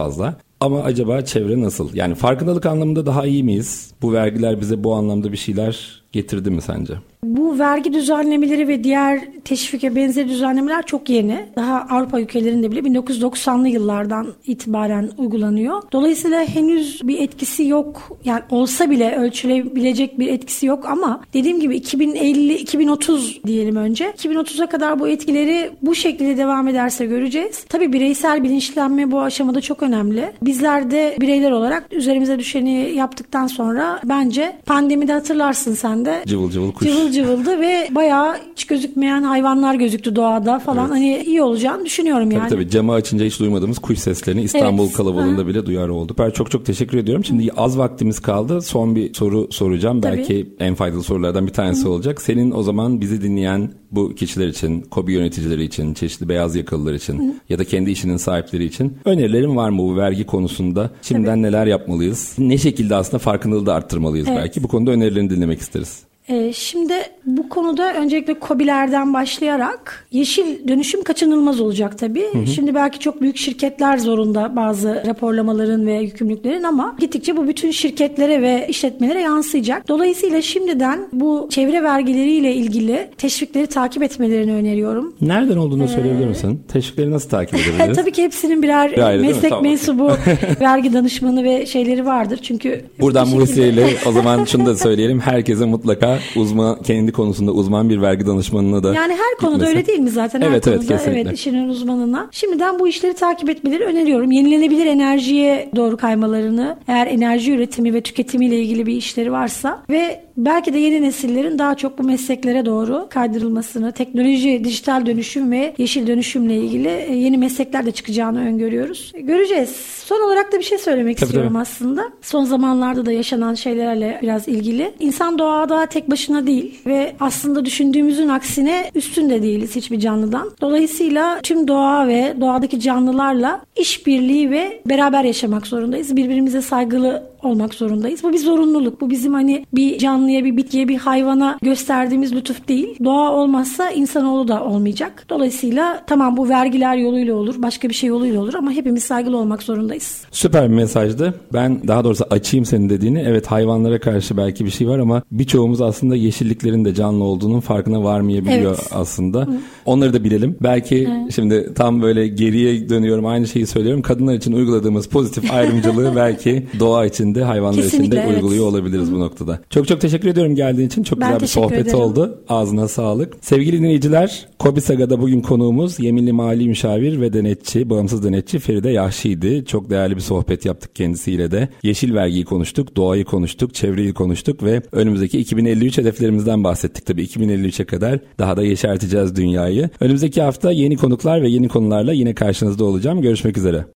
fazla. Ama acaba çevre nasıl? Yani farkındalık anlamında daha iyi miyiz? Bu vergiler bize bu anlamda bir şeyler getirdi mi sence? Bu vergi düzenlemeleri ve diğer teşvike benzeri düzenlemeler çok yeni. Daha Avrupa ülkelerinde bile bin dokuz yüz doksanlı yıllardan itibaren uygulanıyor. Dolayısıyla henüz bir etkisi yok. Yani olsa bile ölçülebilecek bir etkisi yok ama dediğim gibi iki bin elli iki bin otuz diyelim önce. iki bin otuza kadar bu etkileri bu şekilde devam ederse göreceğiz. Tabii bireysel bilinçlenme bu aşamada çok önemli. Bizler de bireyler olarak üzerimize düşeni yaptıktan sonra bence pandemide hatırlarsın sen de. Cıvıl cıvıl kuş. Cıvıl cıvıldı ve bayağı hiç gözükmeyen hayvanlar gözüktü doğada falan. Evet. Hani iyi olacağını düşünüyorum tabii, yani. Tabii camı açınca hiç duymadığımız kuş seslerini İstanbul evet. kalabalığında ha. bile duyar olduk. Ben çok çok teşekkür ediyorum. Şimdi az vaktimiz kaldı. Son bir soru soracağım. Tabii. Belki en faydalı sorulardan bir tanesi Hı. olacak. Senin o zaman bizi dinleyen bu kişiler için, KOBİ yöneticileri için, çeşitli beyaz yakalılar için Hı. ya da kendi işinin sahipleri için önerilerin var mı bu vergi konusunda? Şimdiden Tabii. neler yapmalıyız? Ne şekilde aslında farkındalığı da arttırmalıyız evet. belki? Bu konuda önerilerini dinlemek isteriz. Şimdi bu konuda öncelikle KOBİ'lerden başlayarak yeşil dönüşüm kaçınılmaz olacak tabii. Hı hı. Şimdi belki çok büyük şirketler zorunda bazı raporlamaların ve yükümlülüklerin ama gittikçe bu bütün şirketlere ve işletmelere yansıyacak. Dolayısıyla şimdiden bu çevre vergileriyle ilgili teşvikleri takip etmelerini öneriyorum. Nereden olduğunu ee, söyleyebilir misin? Teşvikleri nasıl takip edebiliriz? Tabii ki hepsinin birer bir ayrı, meslek tamam. mensubu vergi danışmanı ve şeyleri vardır. Çünkü buradan bu vesileyle o zaman şunu da söyleyelim. Herkese mutlaka uzman, kendi konusunda uzman bir vergi danışmanına da yani her konuda gitmesi. Öyle değil mi zaten? Her evet konuda, evet kesinlikle. Evet işinin uzmanına. Şimdiden bu işleri takip etmeleri öneriyorum. Yenilenebilir enerjiye doğru kaymalarını, eğer enerji üretimi ve tüketimiyle ilgili bir işleri varsa ve belki de yeni nesillerin daha çok bu mesleklere doğru kaydırılmasını, teknoloji, dijital dönüşüm ve yeşil dönüşümle ilgili yeni meslekler de çıkacağını öngörüyoruz. Göreceğiz. Son olarak da bir şey söylemek tabii, istiyorum tabii. aslında. Son zamanlarda da yaşanan şeylerle biraz ilgili. İnsan doğada tek başına değil ve aslında düşündüğümüzün aksine üstünde değiliz hiçbir canlıdan. Dolayısıyla tüm doğa ve doğadaki canlılarla işbirliği ve beraber yaşamak zorundayız. Birbirimize saygılı olmak zorundayız. Bu bir zorunluluk. Bu bizim hani bir canlıya, bir bitkiye, bir hayvana gösterdiğimiz lütuf değil. Doğa olmazsa insanoğlu da olmayacak. Dolayısıyla tamam bu vergiler yoluyla olur, başka bir şey yoluyla olur ama hepimiz saygılı olmak zorundayız. Süper bir mesajdı. Ben daha doğrusu açayım senin dediğini. Evet hayvanlara karşı belki bir şey var ama birçoğumuz aslında yeşilliklerin de canlı olduğunun farkına varmayabiliyor evet. aslında. Hı. Onları da bilelim. Belki Hı. şimdi tam böyle geriye dönüyorum aynı şeyi söylüyorum. Kadınlar için uyguladığımız pozitif ayrımcılığı belki doğa için de hayvanlar Kesinlikle, için de evet. uyguluyor olabiliriz Hı. bu noktada. Çok çok teşekkür ediyorum geldiğin için. Çok ben güzel bir sohbet ederim. oldu. Ağzına sağlık. Sevgili dinleyiciler, KOBİ SAGA'da bugün konuğumuz Yeminli Mali Müşavir ve denetçi, bağımsız denetçi Feride Yahşi'ydi. Çok değerli bir sohbet yaptık kendisiyle de. Yeşil vergiyi konuştuk, doğayı konuştuk, çevreyi konuştuk ve önümüzdeki iki bin elli üç hedeflerimizden bahsettik. Tabii iki bin elli üçe kadar daha da yeşerteceğiz dünyayı. Önümüzdeki hafta yeni konuklar ve yeni konularla yine karşınızda olacağım. Görüşmek üzere.